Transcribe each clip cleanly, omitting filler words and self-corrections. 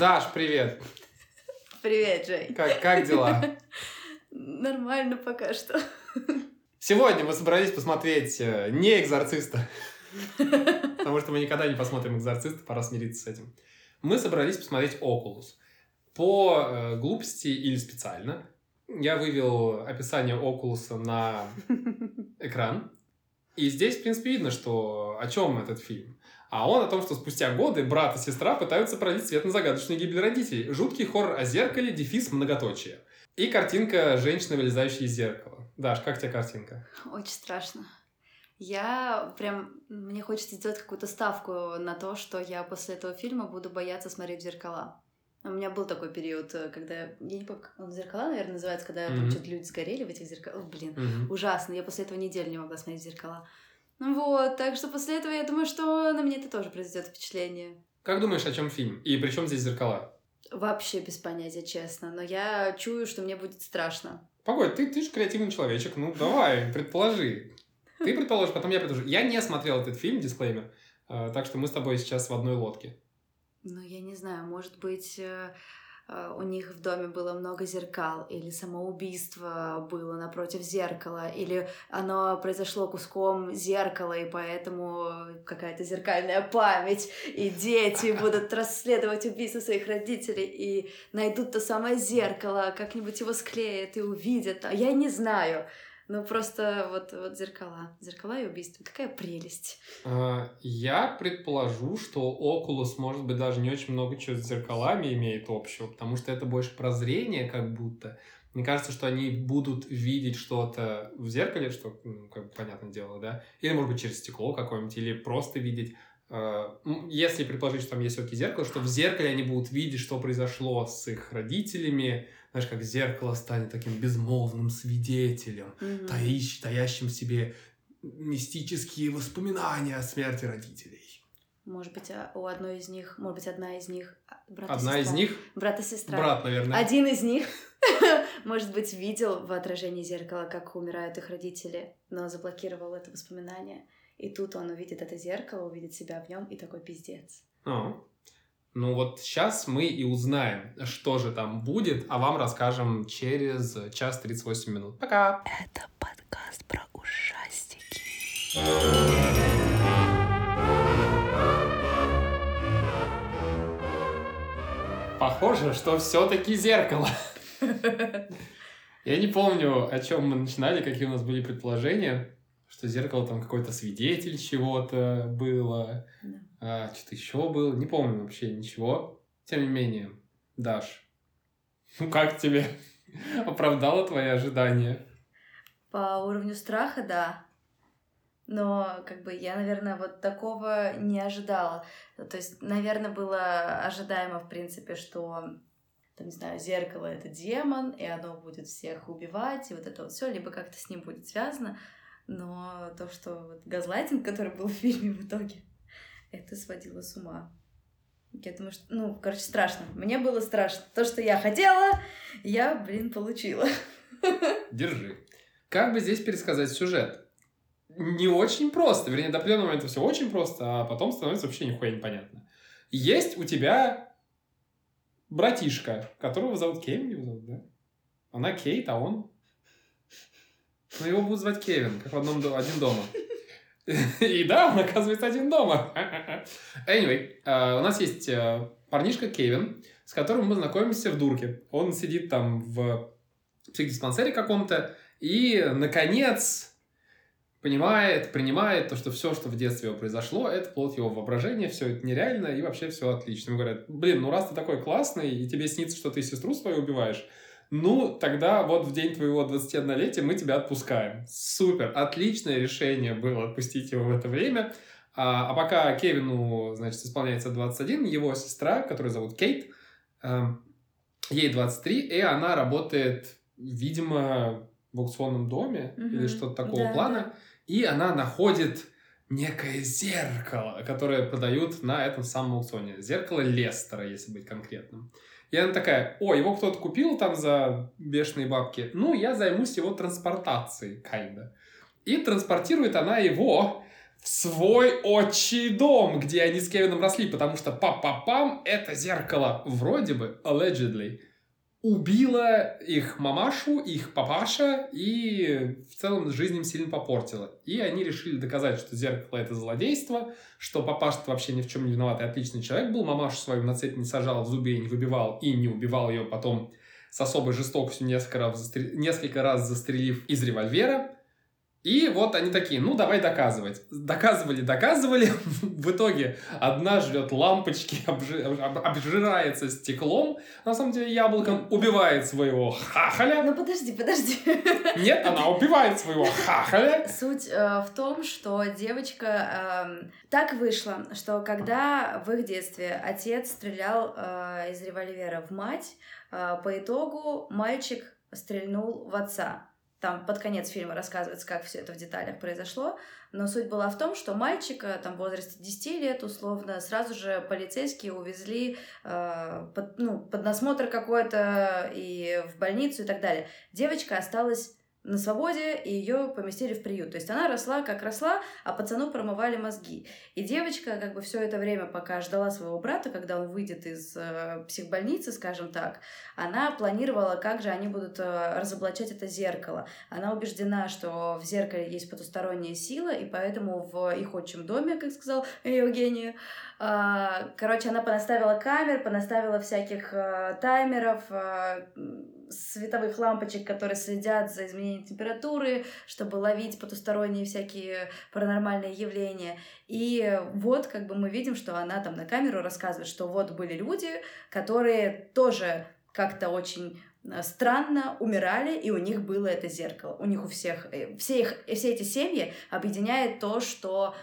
Даш, привет. Привет, Жень. Как дела? Нормально пока что. Сегодня мы собрались посмотреть не «Экзорциста», потому что мы никогда не посмотрим «Экзорциста», пора смириться с этим. Мы собрались посмотреть «Окулус». По глупости или специально я вывел описание «Окулуса» на экран. И здесь, в принципе, видно, что о чем этот фильм. А он о том, что спустя годы брат и сестра пытаются пролить свет на загадочную гибель родителей. Жуткий хоррор о зеркале, дефис, многоточие. И картинка женщины, вылезающей из зеркала. Даш, как тебе картинка? Очень страшно. Мне хочется сделать какую-то ставку на то, что я после этого фильма буду бояться смотреть в зеркала. У меня был такой период, когда... Я не помню, как он «Зеркала», наверное, называется, когда там что-то люди сгорели в этих зеркалах. Ужасно. Я после этого неделю не могла смотреть в зеркала. Вот, так что после этого я думаю, что на меня это тоже произойдет впечатление. Как думаешь, о чем фильм? И при чем здесь зеркала? Вообще без понятия, честно. Но я чую, что мне будет страшно. Погодь, ты же креативный человечек. Ну, давай, предположи. Ты предположишь, потом я предложу. Я не смотрел этот фильм, дисклеймер. Так что мы с тобой сейчас в одной лодке. Ну, я не знаю, может быть, у них в доме было много зеркал, или самоубийство было напротив зеркала, или оно произошло куском зеркала, и поэтому какая-то зеркальная память, и дети будут расследовать убийство своих родителей, и найдут то самое зеркало, как-нибудь его склеят и увидят. А я не знаю. Ну, просто вот зеркала. Зеркала и убийства. Какая прелесть. Я предположу, что Oculus, может быть, даже не очень много чего с зеркалами имеет общего, потому что это больше прозрение, как будто. Мне кажется, что они будут видеть что-то в зеркале, что, как бы, понятное дело, да? Или, может быть, через стекло какое-нибудь, или просто видеть... Если предположить, что там есть все-таки зеркало, что в зеркале они будут видеть, что произошло с их родителями, знаешь, как зеркало станет таким безмолвным свидетелем, таящим в себе мистические воспоминания о смерти родителей. Может быть, у одной из них, может быть, одна из них брат и одна сестра. Из них? Брат и сестра. Брат, наверное. Один из них, может быть, видел в отражении зеркала, как умирают их родители, но заблокировал это воспоминание. И тут он увидит это зеркало, увидит себя в нем и такой пиздец. Ну вот сейчас мы и узнаем, что же там будет, а вам расскажем через 1:38 минут. Пока! Это подкаст про ужастики. Похоже, что все-таки зеркало. Я не помню, о чем мы начинали, какие у нас были предположения. Что зеркало там какой-то свидетель чего-то было, что-то еще было. Не помню вообще ничего. Тем не менее, Даш, ну как тебе? Оправдало твои ожидания? По уровню страха, да. Но, я, наверное, вот такого не ожидала. То есть, наверное, было ожидаемо, в принципе, что, там, не знаю, зеркало — это демон, и оно будет всех убивать, и вот это вот все, либо как-то с ним будет связано. Но то, что вот газлайтинг, который был в фильме в итоге, это сводило с ума. Я думаю, что... страшно. Мне было страшно. То, что я хотела, я, получила. Держи. Как бы здесь пересказать сюжет? Не очень просто. Вернее, до определенного момента все очень просто, а потом становится вообще нихуя непонятно. Есть у тебя братишка, которого зовут Кевин, его зовут, да? Она Кейт, а он... Но его будут звать Кевин, как в «Один дома». И да, он оказывается один дома. Anyway, у нас есть парнишка Кевин, с которым мы знакомимся в дурке. Он сидит там в психдиспансере каком-то и, наконец, принимает то, что все, что в детстве его произошло, это плод его воображения, все это нереально, и вообще все отлично. Ему говорят: блин, раз ты такой классный, и тебе снится, что ты сестру свою убиваешь, ну, тогда вот в день твоего 21-летия мы тебя отпускаем. Супер, отличное решение было отпустить его в это время. А пока Кевину, исполняется 21, его сестра, которую зовут Кейт, ей 23, и она работает, видимо, в аукционном доме или что-то такого плана. Да. И она находит некое зеркало, которое продают на этом самом аукционе. Зеркало Лестера, если быть конкретным. И она такая: о, его кто-то купил там за бешеные бабки, ну, я займусь его транспортацией, kinda. И транспортирует она его в свой отчий дом, где они с Кевином росли, потому что пам-пам-пам, это зеркало вроде бы, allegedly, убила их мамашу, их папаша и в целом жизнь им сильно попортила. И они решили доказать, что зеркало это злодейство, что папаша вообще ни в чем не виноват и отличный человек был, мамашу свою на цепь не сажал, в зубе не выбивал и не убивал ее потом с особой жестокостью несколько раз застрелив из револьвера. И вот они такие, ну, давай доказывать. Доказывали. В итоге одна жрет лампочки, обжирается стеклом, на самом деле яблоком, убивает своего хахаля. Ну, подожди. Нет, она убивает своего хахаля. Суть в том, что девочка... так вышло, что когда в их детстве отец стрелял из револьвера в мать, по итогу мальчик стрельнул в отца. Там под конец фильма рассказывается, как все это в деталях произошло, но суть была в том, что мальчика там в возрасте 10 лет условно сразу же полицейские увезли под насмотр какой-то и в больницу и так далее. Девочка осталась на свободе, и ее поместили в приют. То есть она росла, как росла, а пацану промывали мозги. И девочка как бы все это время, пока ждала своего брата, когда он выйдет из психбольницы, скажем так, она планировала, как же они будут разоблачать это зеркало. Она убеждена, что в зеркале есть потусторонняя сила, и поэтому в их отчим доме, как сказал Евгений, короче, она понаставила камер, понаставила всяких таймеров, световых лампочек, которые следят за изменением температуры, чтобы ловить потусторонние всякие паранормальные явления. И вот как бы мы видим, что она там на камеру рассказывает, что вот были люди, которые тоже как-то очень странно умирали, и у них было это зеркало. У них у всех, все эти семьи объединяет то, что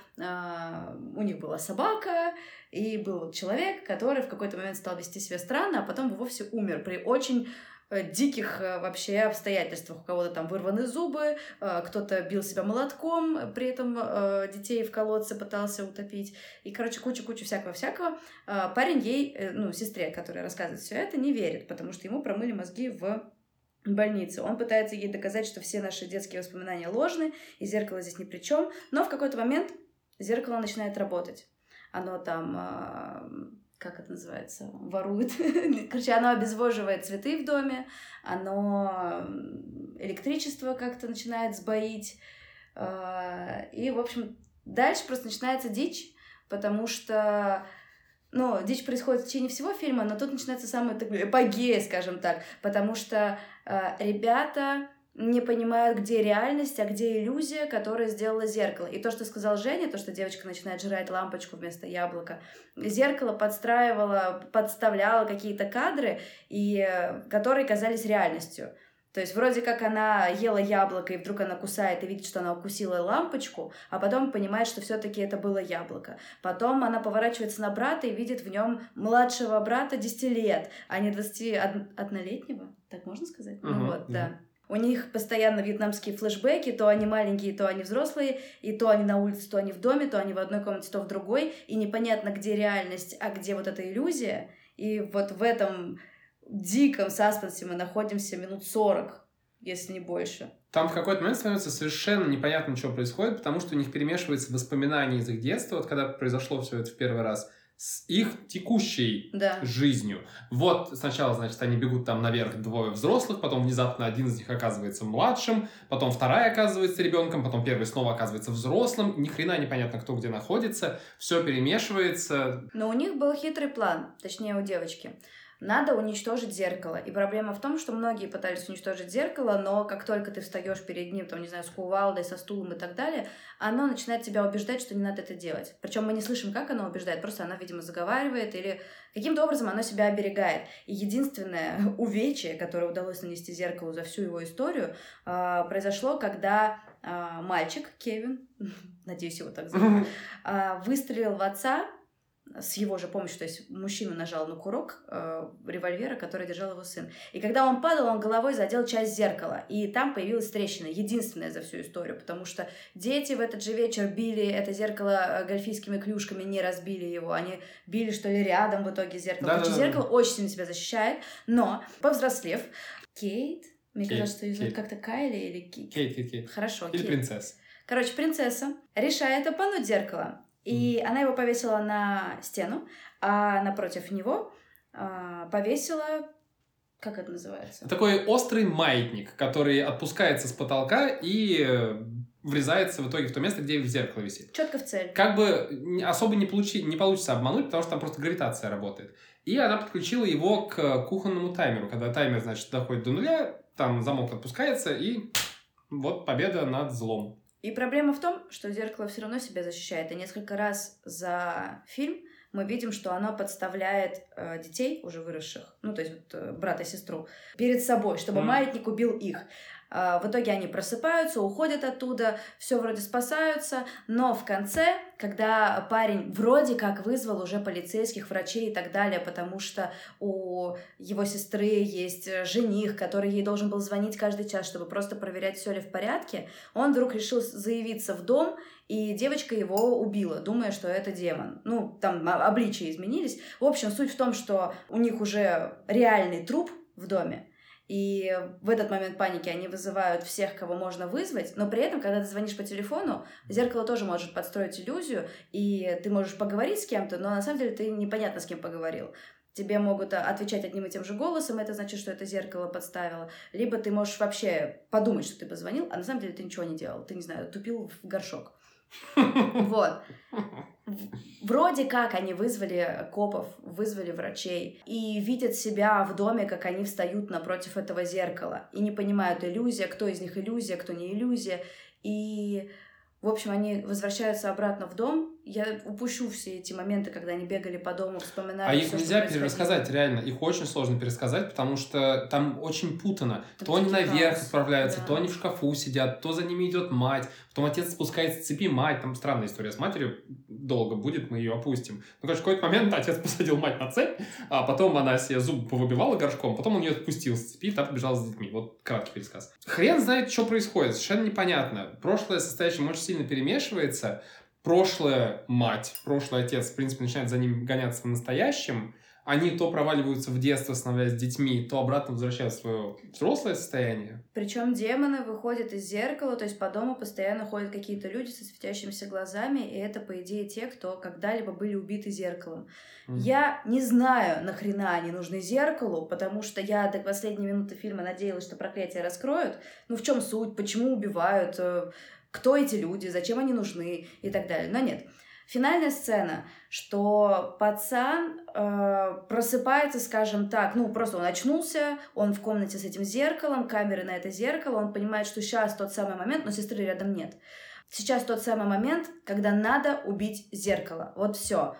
у них была собака, и был человек, который в какой-то момент стал вести себя странно, а потом вовсе умер при очень диких вообще обстоятельствах. У кого-то там вырваны зубы, кто-то бил себя молотком, при этом детей в колодце пытался утопить. И, короче, кучу всякого-всякого. Парень ей, сестре, которая рассказывает все это, не верит, потому что ему промыли мозги в больнице. Он пытается ей доказать, что все наши детские воспоминания ложны, и зеркало здесь ни при чем. Но в какой-то момент зеркало начинает работать. Оно там... как это называется, ворует. Короче, оно обезвоживает цветы в доме, оно электричество как-то начинает сбоить. И, в общем, дальше просто начинается дичь, потому что, дичь происходит в течение всего фильма, но тут начинается самая эпогея, скажем так, потому что ребята не понимают, где реальность, а где иллюзия, которая сделала зеркало. И то, что сказал Женя, то, что девочка начинает жрать лампочку вместо яблока, зеркало подставляло какие-то кадры, которые казались реальностью. То есть вроде как она ела яблоко, и вдруг она кусает и видит, что она укусила лампочку, а потом понимает, что все-таки это было яблоко. Потом она поворачивается на брата и видит в нем младшего брата 10 лет, а не 21-летнего. Так можно сказать? Да. У них постоянно вьетнамские флешбеки, то они маленькие, то они взрослые, и то они на улице, то они в доме, то они в одной комнате, то в другой, и непонятно, где реальность, а где вот эта иллюзия. И вот в этом диком саспенсе мы находимся минут 40, если не больше. Там в какой-то момент становится совершенно непонятно, что происходит, потому что у них перемешиваются воспоминания из их детства, вот когда произошло все это в первый раз, с их текущей жизнью. Вот сначала, значит, они бегут там наверх, двое взрослых, потом внезапно один из них оказывается младшим, потом вторая оказывается ребенком, потом первый снова оказывается взрослым. Ни хрена непонятно, кто где находится. Все перемешивается. Но у них был хитрый план, точнее у девочки. Надо уничтожить зеркало. И проблема в том, что многие пытались уничтожить зеркало, но как только ты встаешь перед ним, там, не знаю, с кувалдой, со стулом и так далее, оно начинает тебя убеждать, что не надо это делать. Причем мы не слышим, как оно убеждает, просто она, видимо, заговаривает или каким-то образом оно себя оберегает. И единственное увечье, которое удалось нанести зеркалу за всю его историю, произошло, когда мальчик, Кевин, надеюсь, его так зовут, выстрелил в отца, с его же помощью, то есть мужчина нажал на курок револьвера, который держал его сын. И когда он падал, он головой задел часть зеркала, и там появилась трещина, единственная за всю историю, потому что дети в этот же вечер били это зеркало гольфийскими клюшками, не разбили его, они били, что ли, рядом в итоге зеркало. Короче, зеркало очень сильно себя защищает, но, повзрослев, Кейт, мне кажется, что ее зовут как-то Кайли или Кейт. Кейт. Хорошо, или Кейт. принцесса. Короче, принцесса решает обмануть зеркало. И она его повесила на стену, а напротив него повесила... Как это называется? Такой острый маятник, который отпускается с потолка и врезается в итоге в то место, где в зеркало висит. Четко в цель. Как бы особо не получится обмануть, потому что там просто гравитация работает. И она подключила его к кухонному таймеру. Когда таймер, значит, доходит до нуля, там замок отпускается, и вот победа над злом. И проблема в том, что зеркало все равно себя защищает. И несколько раз за фильм мы видим, что оно подставляет детей, уже выросших, ну, то есть вот, брата и сестру, перед собой, чтобы маятник убил их. В итоге они просыпаются, уходят оттуда, все вроде спасаются, но в конце, когда парень вроде как вызвал уже полицейских, врачей и так далее, потому что у его сестры есть жених, который ей должен был звонить каждый час, чтобы просто проверять, все ли в порядке, он вдруг решил заявиться в дом, и девочка его убила, думая, что это демон. Ну, там обличия изменились. В общем, суть в том, что у них уже реальный труп в доме, и в этот момент паники они вызывают всех, кого можно вызвать, но при этом, когда ты звонишь по телефону, зеркало тоже может подстроить иллюзию, и ты можешь поговорить с кем-то, но на самом деле ты непонятно с кем поговорил. Тебе могут отвечать одним и тем же голосом, это значит, что это зеркало подставило. Либо ты можешь вообще подумать, что ты позвонил, а на самом деле ты ничего не делал. Ты, не знаю, тупил в горшок. Вот. Вроде как они вызвали копов, вызвали врачей и видят себя в доме, как они встают напротив этого зеркала и не понимают, иллюзия, кто из них иллюзия, кто не иллюзия. И, в общем, они возвращаются обратно в дом. Я упущу все эти моменты, когда они бегали по дому, вспоминали. А их нельзя перерассказать, реально. Их очень сложно пересказать, потому что там очень путано. То они наверх отправляются, то они в шкафу сидят, то за ними идет мать, потом отец спускается с цепи, мать. Там странная история с матерью. Долго будет, мы ее опустим. Ну, короче, в какой-то момент отец посадил мать на цепь, а потом она себе зубы повыбивала горшком, потом он ее отпустил с цепи, и та побежала с детьми. Вот краткий пересказ. Хрен знает, что происходит, совершенно непонятно. Прошлое с настоящим очень сильно перемешивается. Прошлое мать, прошлый отец, в принципе, начинает за ним гоняться в настоящем. Они то проваливаются в детство, становясь детьми, то обратно возвращают в свое взрослое состояние. Причем демоны выходят из зеркала, то есть по дому постоянно ходят какие-то люди со светящимися глазами, и это, по идее, те, кто когда-либо были убиты зеркалом. Я не знаю, нахрена они нужны зеркалу, потому что я до последней минуты фильма надеялась, что проклятие раскроют. Ну, в чем суть, почему убивают, кто эти люди, зачем они нужны и так далее. Но нет. Финальная сцена, что пацан просыпается, скажем так, ну, просто он очнулся, он в комнате с этим зеркалом, камеры на это зеркало, он понимает, что сейчас тот самый момент, но сестры рядом нет. Сейчас тот самый момент, когда надо убить зеркало. Вот все.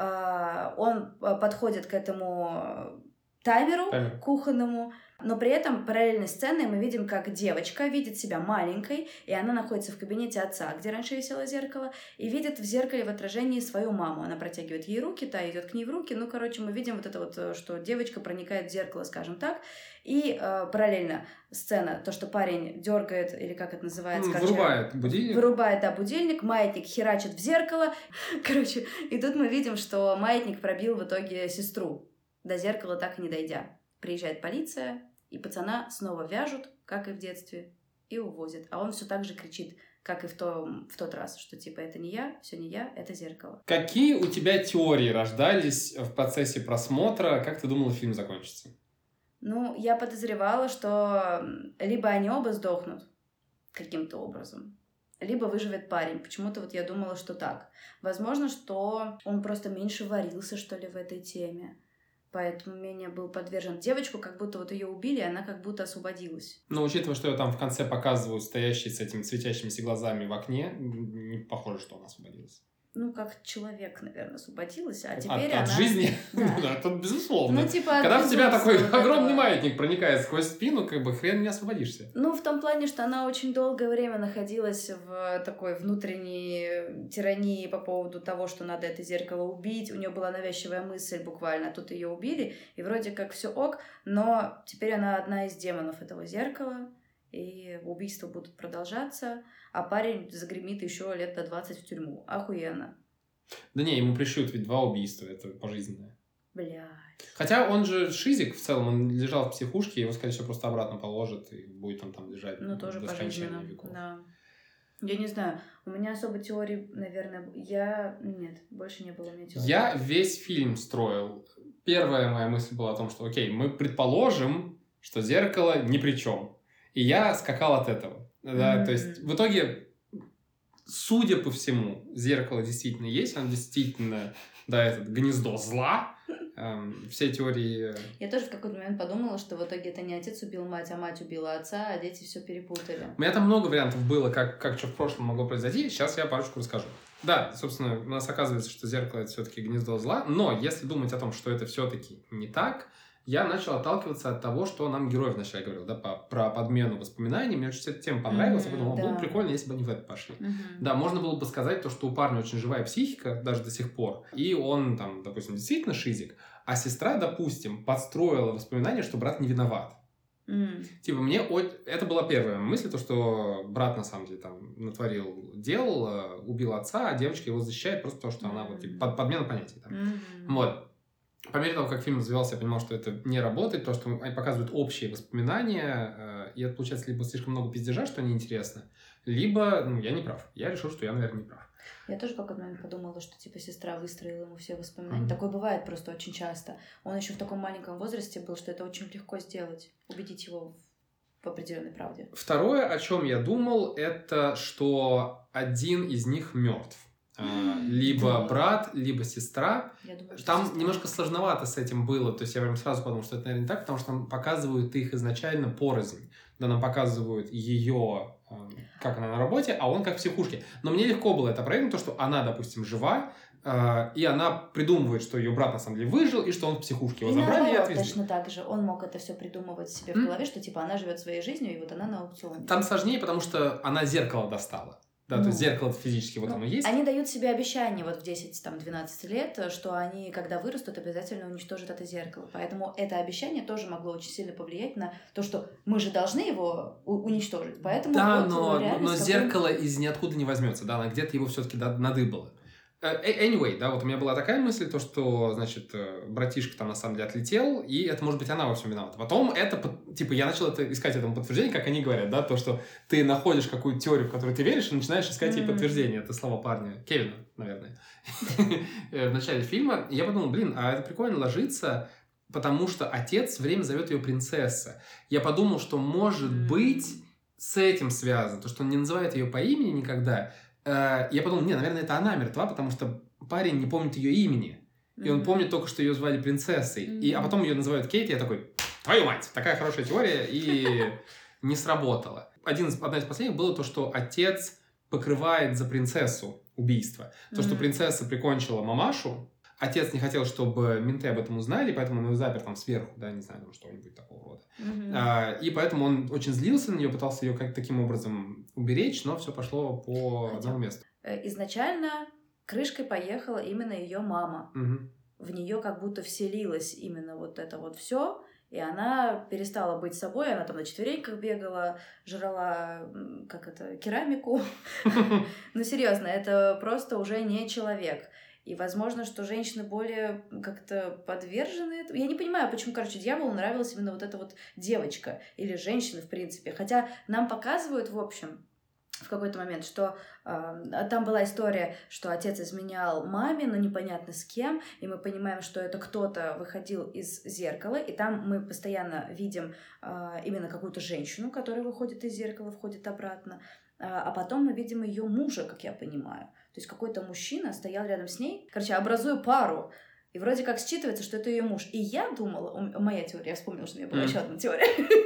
Он подходит к этому таймеру кухонному, но при этом параллельной сценой мы видим, как девочка видит себя маленькой, и она находится в кабинете отца, где раньше висело зеркало, и видит в зеркале в отражении свою маму. Она протягивает ей руки, та идет к ней в руки. Ну, короче, мы видим вот это вот, что девочка проникает в зеркало, скажем так, и параллельно сцена, то, что парень дергает, или как это называется? Вырубает будильник. Вырубает, да, будильник, маятник херачит в зеркало. Короче, и тут мы видим, что маятник пробил в итоге сестру, до зеркала так и не дойдя. Приезжает полиция, и пацана снова вяжут, как и в детстве, и увозят. А он все так же кричит, как и в тот раз, что типа это не я, все не я, это зеркало. Какие у тебя теории рождались в процессе просмотра? Как ты думала, фильм закончится? Ну, я подозревала, что либо они оба сдохнут каким-то образом, либо выживет парень. Почему-то вот я думала, что так. Возможно, что он просто меньше варился, что ли, в этой теме. Поэтому менее был подвержен. Девочку, как будто вот ее убили, и она как будто освободилась. Но учитывая, что ее там в конце показывают стоящей с этими светящимися глазами в окне, не похоже, что она освободилась. Ну, как человек, наверное, освободилась, а теперь она... От жизни? Да. Это безусловно. Ну, типа, когда в тебя такой огромный маятник проникает сквозь спину, как бы хрен не освободишься. Ну, в том плане, что она очень долгое время находилась в такой внутренней тирании по поводу того, что надо это зеркало убить. У нее была навязчивая мысль буквально, тут ее убили, и вроде как все ок, но теперь она одна из демонов этого зеркала, и убийства будут продолжаться, а парень загремит еще лет до 20 в тюрьму. Охуенно. Да не, ему пришьют ведь 2 убийства, это пожизненное. Блядь. Хотя он же шизик в целом, он лежал в психушке, его, скорее всего, просто обратно положат и будет он там лежать ну, тоже до скончания пожизненно, веков. Да. Я не знаю, у меня особо теорий, наверное, Нет, больше не было у меня теорий. Я весь фильм строил. Первая моя мысль была о том, что, окей, мы предположим, что зеркало ни при чем. И я скакал от этого. Да? То есть, в итоге, судя по всему, зеркало действительно есть, оно действительно, да, это гнездо зла. Все теории... Я тоже в какой-то момент подумала, что в итоге это не отец убил мать, а мать убила отца, а дети все перепутали. У меня там много вариантов было, как что в прошлом могло произойти. Сейчас я парочку расскажу. Да, собственно, у нас оказывается, что зеркало — это все-таки гнездо зла. Но если думать о том, что это все-таки не так, я начал отталкиваться от того, что нам герой вначале говорил, да, про подмену воспоминаний. Мне очень эта тема понравилась. Я подумал, было бы прикольно, если бы они в это пошли. Да, можно было бы сказать то, что у парня очень живая психика, даже до сих пор. И он, там, допустим, действительно шизик. А сестра, допустим, подстроила воспоминания, что брат не виноват. Типа, это была первая мысль, то, что брат, на самом деле, там, натворил дел, убил отца, а девочка его защищает просто потому, что она, вот, типа, подмена понятий. Там. Вот. По мере того, как фильм развивался, я понимал, что это не работает, то, что они показывают общие воспоминания, и это получается либо слишком много пиздежа, что неинтересно, либо, я не прав. Я решил, что я, наверное, не прав. Я тоже в какой-то момент подумала, что типа сестра выстроила ему все воспоминания. Такое бывает просто очень часто. Он еще в таком маленьком возрасте был, что это очень легко сделать. Убедить его в определенной правде. Второе, о чем я думал, это что один из них мертв. Либо брат, либо сестра. Думаю, там сестра. Немножко сложновато с этим было. То есть я прям сразу подумал, что это, наверное, не так, потому что нам показывают их изначально порознь. Да, нам показывают ее, как она на работе, а он как в психушке. Но мне легко было это проверить, то, что она, допустим, жива, и она придумывает, что ее брат на самом деле выжил, и что он в психушке. Его забрали и отвезли. Точно так же. Он мог это все придумывать себе в голове, что типа она живет своей жизнью, и вот она на аукционе. Там сложнее, потому что она зеркало достала. Да, то есть зеркало физически вот оно есть. Они дают себе обещание вот в 10-12 лет, что они, когда вырастут, обязательно уничтожат это зеркало. Поэтому это обещание тоже могло очень сильно повлиять на то, что мы же должны его уничтожить. Поэтому да, вот но зеркало из ниоткуда не возьмется, да, она где-то его все-таки надыбала. Anyway, да, вот у меня была такая мысль, то, что, значит, братишка там на самом деле отлетел, и это, может быть, она во всем виновата. Потом типа, я начал искать этому подтверждение, как они говорят, да, то, что ты находишь какую-то теорию, в которую ты веришь, и начинаешь искать ей подтверждение. Это слова парня, Кевина, наверное, в начале фильма. И я подумал, а это прикольно ложится, потому что отец все время зовет ее принцесса. Я подумал, что, может быть, с этим связано, то, что он не называет ее по имени никогда. Я подумал, наверное, это она мертва, потому что парень не помнит ее имени. И он помнит только, что ее звали принцессой. А потом ее называют Кейт, и я такой, твою мать, такая хорошая теория, и не сработала. Одна из последних было то, что отец покрывает за принцессу убийство. То, что принцесса прикончила мамашу, отец не хотел, чтобы менты об этом узнали, поэтому он ее запер там сверху, да, не знаю, что-нибудь такого рода. И поэтому он очень злился на нее, пытался ее как-то таким образом уберечь, но все пошло по одному месту. Изначально крышкой поехала именно ее мама. В нее как будто вселилась именно вот это вот все, и она перестала быть собой, она там на четвереньках бегала, жрала, керамику. Ну, серьезно, это просто уже не человек. И, возможно, что женщины более как-то подвержены этому. Я не понимаю, почему, дьяволу нравилась именно вот эта вот девочка или женщина, в принципе. Хотя нам показывают, в общем, в какой-то момент, что там была история, что отец изменял маме, но непонятно с кем, и мы понимаем, что это кто-то выходил из зеркала, и там мы постоянно видим именно какую-то женщину, которая выходит из зеркала, входит обратно, а потом мы видим ее мужа, как я понимаю. То есть какой-то мужчина стоял рядом с ней, образуя пару. И вроде как считывается, что это ее муж. И я думала, моя теория, я вспомнила, что у меня была еще одна теория,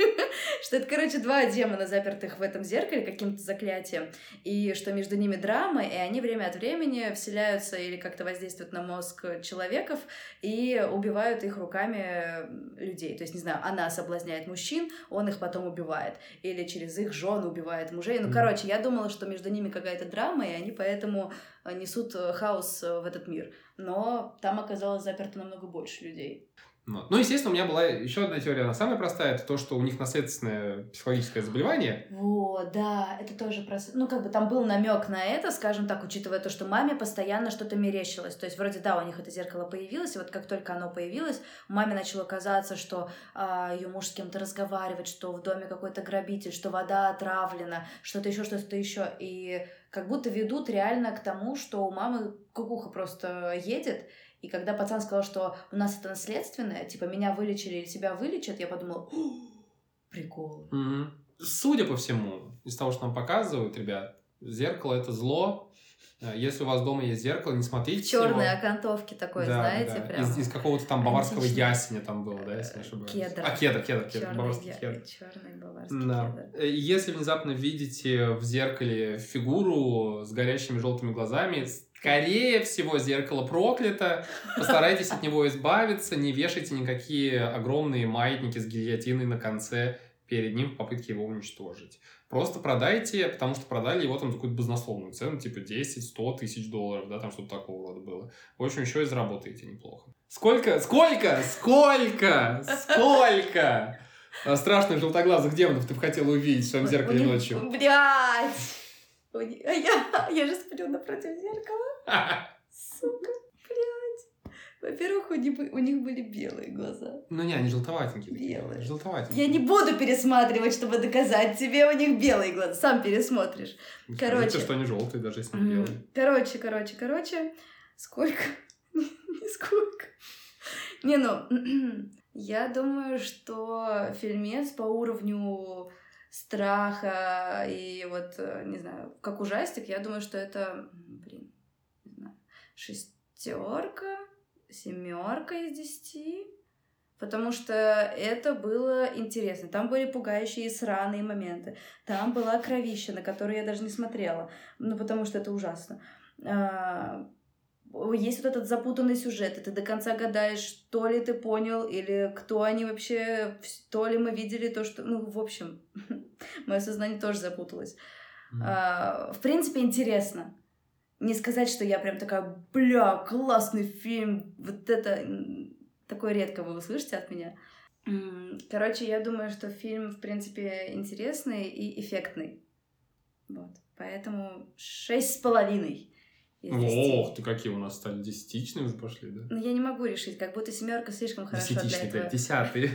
что это, два демона, запертых в этом зеркале каким-то заклятием, и что между ними драма, и они время от времени вселяются или как-то воздействуют на мозг человеков и убивают их руками людей. То есть, не знаю, она соблазняет мужчин, он их потом убивает. Или через их жен убивает мужей. Я думала, что между ними какая-то драма, и они поэтому несут хаос в этот мир. Но там оказалось заперто намного больше людей. Вот. Ну, естественно, у меня была еще одна теория, она самая простая, это то, что у них наследственное психологическое заболевание. Вот, да, это тоже просто... Ну, как бы там был намек на это, скажем так, учитывая то, что маме постоянно что-то мерещилось. То есть, вроде, да, у них это зеркало появилось, и вот как только оно появилось, маме начало казаться, что ее муж с кем-то разговаривает, что в доме какой-то грабитель, что вода отравлена, что-то еще, что-то еще. И как будто ведут реально к тому, что у мамы кукуха просто едет. И когда пацан сказал, что у нас это наследственное, типа, меня вылечили или тебя вылечат, я подумала, прикол. Угу. Судя по всему, из того, что нам показывают, ребят, зеркало — это зло. Если у вас дома есть зеркало, не смотрите в черной окантовке такой, да, знаете, да. прям. Из какого-то там баварского античный. ясеня там было, да, если не ошибаюсь. Кедр. Кедр, баварский кедр. Черный баварский Да. кедр. Если внезапно видите в зеркале фигуру с горящими желтыми глазами, скорее всего, зеркало проклято. Постарайтесь от него избавиться, не вешайте никакие огромные маятники с гильотиной на конце перед ним в попытке его уничтожить. Просто продайте, потому что продали его там за какую-то баснословную цену, типа 10-100 тысяч долларов, да, там что-то такого рода было. В общем, еще и заработаете неплохо. Сколько страшных желтоглазых демонов ты бы хотела увидеть в своем зеркале ночью? Блядь! Я же сплю напротив зеркала. Сука, блядь. Во-первых, у них были белые глаза. Ну не, они желтоватенькие. Белые. Желтоватенькие. Я не буду пересматривать, чтобы доказать тебе, у них белые глаза. Сам пересмотришь. Короче, что они желтые, даже если не белые. Короче. Сколько? Нисколько. Не, ну, я думаю, что фильмец по уровню страха и вот, не знаю, как ужастик, я думаю, что это, не знаю, 6, 7 из 10, потому что это было интересно. Там были пугающие и сраные моменты. Там была кровища, на которую я даже не смотрела, ну, потому что это ужасно. Есть вот этот запутанный сюжет, и ты до конца гадаешь, то ли ты понял, или кто они вообще, то ли мы видели то, что... Ну, в общем, мое сознание тоже запуталось. В принципе, интересно. Не сказать, что я прям такая, бля, классный фильм, вот это... Такое редко вы услышите от меня. Короче, я думаю, что фильм, в принципе, интересный и эффектный. Вот. Поэтому 6,5. Ох, ты какие у нас стали десятичные уже пошли, да? Ну, я не могу решить, как будто 7 слишком хорошо для этого. Десятые.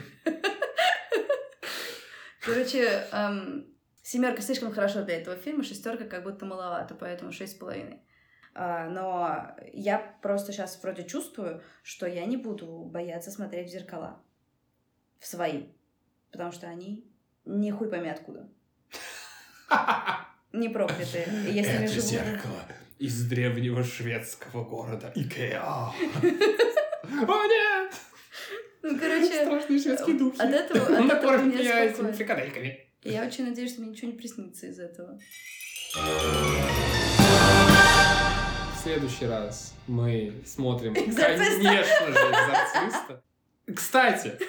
Короче, 7 слишком хорошо для этого фильма, 6 как будто маловато, поэтому 6,5. Но я просто сейчас вроде чувствую, что я не буду бояться смотреть в зеркала. В свои. Потому что они не хуй пойми откуда. Не проклятые. Я с ними Это живу. зеркало из древнего шведского города Икеа. О, нет! Ну, короче, страшные шведские духи. от этого Накормят мне меня этими спокойно. фрикадельками. Я очень надеюсь, что мне ничего не приснится из этого. В следующий раз мы смотрим, «Экзорциста». конечно же, «Экзорциста». Кстати,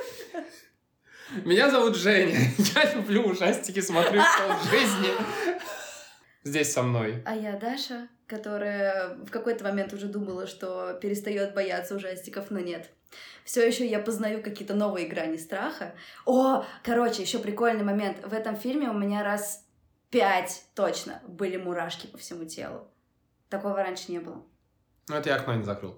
меня зовут Женя. Я люблю ужастики, смотрю в полжизни. Здесь со мной. А я Даша, которая в какой-то момент уже думала, что перестает бояться ужастиков, но нет. Все еще я познаю какие-то новые грани страха. О, короче, еще прикольный момент. В этом фильме у меня раз 5 точно были мурашки по всему телу. Такого раньше не было. Ну, это я окно не закрыл.